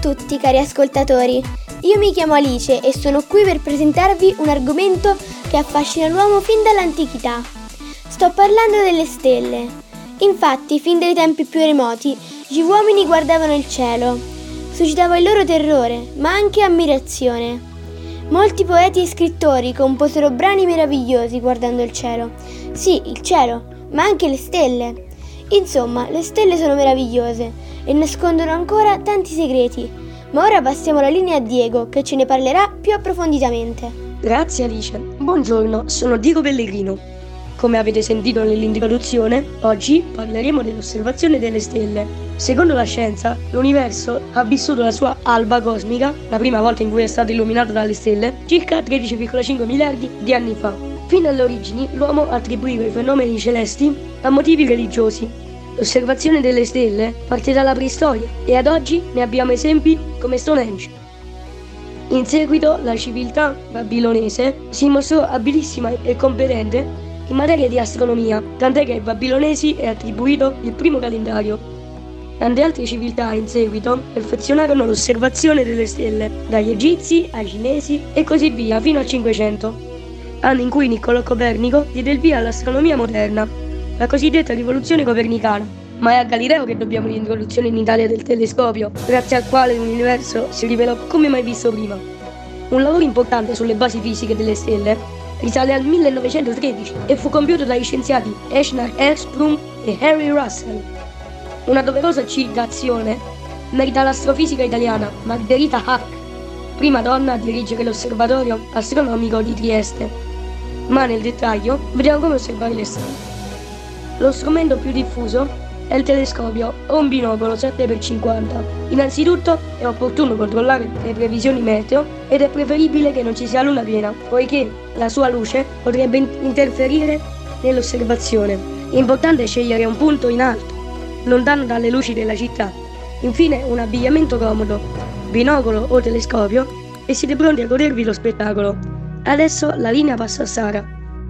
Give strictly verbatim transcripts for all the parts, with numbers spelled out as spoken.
tutti cari ascoltatori, io mi chiamo Alice e sono qui per presentarvi un argomento che affascina l'uomo fin dall'antichità. Sto parlando delle stelle. Infatti, fin dai tempi più remoti, gli uomini guardavano il cielo. Suscitava il loro terrore, ma anche ammirazione. Molti poeti e scrittori composero brani meravigliosi guardando il cielo. Sì, il cielo, ma anche le stelle. Insomma, le stelle sono meravigliose e nascondono ancora tanti segreti. Ma ora passiamo la linea a Diego, che ce ne parlerà più approfonditamente. Grazie Alice. Buongiorno, sono Diego Pellegrino. Come avete sentito nell'introduzione, oggi parleremo dell'osservazione delle stelle. Secondo la scienza, l'universo ha vissuto la sua alba cosmica, la prima volta in cui è stato illuminato dalle stelle, circa tredici virgola cinque miliardi di anni fa. Fino alle origini, l'uomo attribuiva i fenomeni celesti a motivi religiosi. L'osservazione delle stelle parte dalla preistoria e ad oggi ne abbiamo esempi come Stonehenge. In seguito la civiltà babilonese si mostrò abilissima e competente in materia di astronomia, tant'è che ai babilonesi è attribuito il primo calendario. Tante altre civiltà in seguito perfezionarono l'osservazione delle stelle, dagli egizi ai cinesi e così via fino al Cinquecento, anno in cui Niccolò Copernico diede il via all'astronomia moderna, la cosiddetta rivoluzione copernicana. Ma è a Galileo che dobbiamo l'introduzione in Italia del telescopio, grazie al quale l'universo si rivelò come mai visto prima. Un lavoro importante sulle basi fisiche delle stelle risale al millenovecentotredici e fu compiuto dagli scienziati Escher Ersprung e Henry Russell. Una doverosa citazione merita l'astrofisica italiana Margherita Hack, prima donna a dirigere l'osservatorio astronomico di Trieste. Ma nel dettaglio vediamo come osservare le stelle. Lo strumento più diffuso è il telescopio o un binocolo sette per cinquanta. Innanzitutto è opportuno controllare le previsioni meteo ed è preferibile che non ci sia luna piena, poiché la sua luce potrebbe interferire nell'osservazione. È importante scegliere un punto in alto, lontano dalle luci della città. Infine un abbigliamento comodo, binocolo o telescopio e siete pronti a godervi lo spettacolo. Adesso la linea passa a Sara.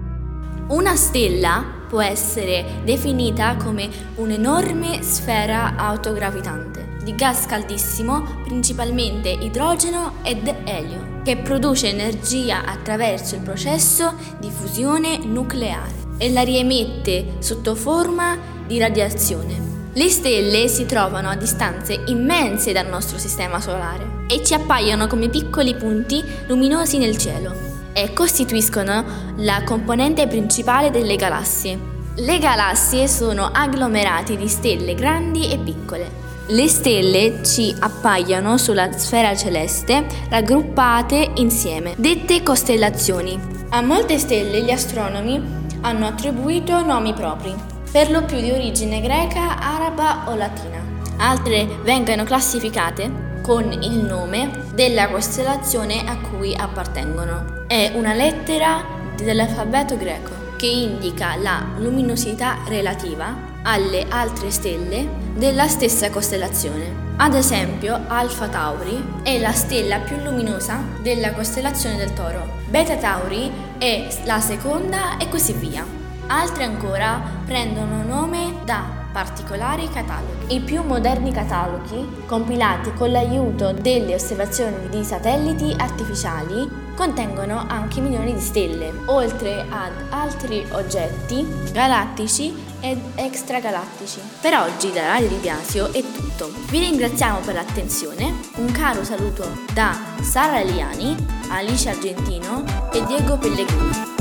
Una stella può essere definita come un'enorme sfera autogravitante di gas caldissimo, principalmente idrogeno ed elio, che produce energia attraverso il processo di fusione nucleare e la riemette sotto forma di radiazione. Le stelle si trovano a distanze immense dal nostro sistema solare e ci appaiono come piccoli punti luminosi nel cielo e costituiscono la componente principale delle galassie. Le galassie sono agglomerati di stelle grandi e piccole. Le stelle ci appaiono sulla sfera celeste raggruppate insieme, dette costellazioni. A molte stelle gli astronomi hanno attribuito nomi propri, per lo più di origine greca, araba o latina. Altre vengono classificate con il nome della costellazione a cui appartengono. È una lettera dell'alfabeto greco che indica la luminosità relativa alle altre stelle della stessa costellazione. Ad esempio, Alfa Tauri è la stella più luminosa della costellazione del Toro, Beta Tauri è la seconda e così via. Altre ancora prendono nome da particolari cataloghi. I più moderni cataloghi, compilati con l'aiuto delle osservazioni di satelliti artificiali, contengono anche milioni di stelle, oltre ad altri oggetti galattici ed extragalattici. Per oggi da Radio di Biasio è tutto. Vi ringraziamo per l'attenzione. Un caro saluto da Sara Eliani, Alice Argentino e Diego Pellegrino.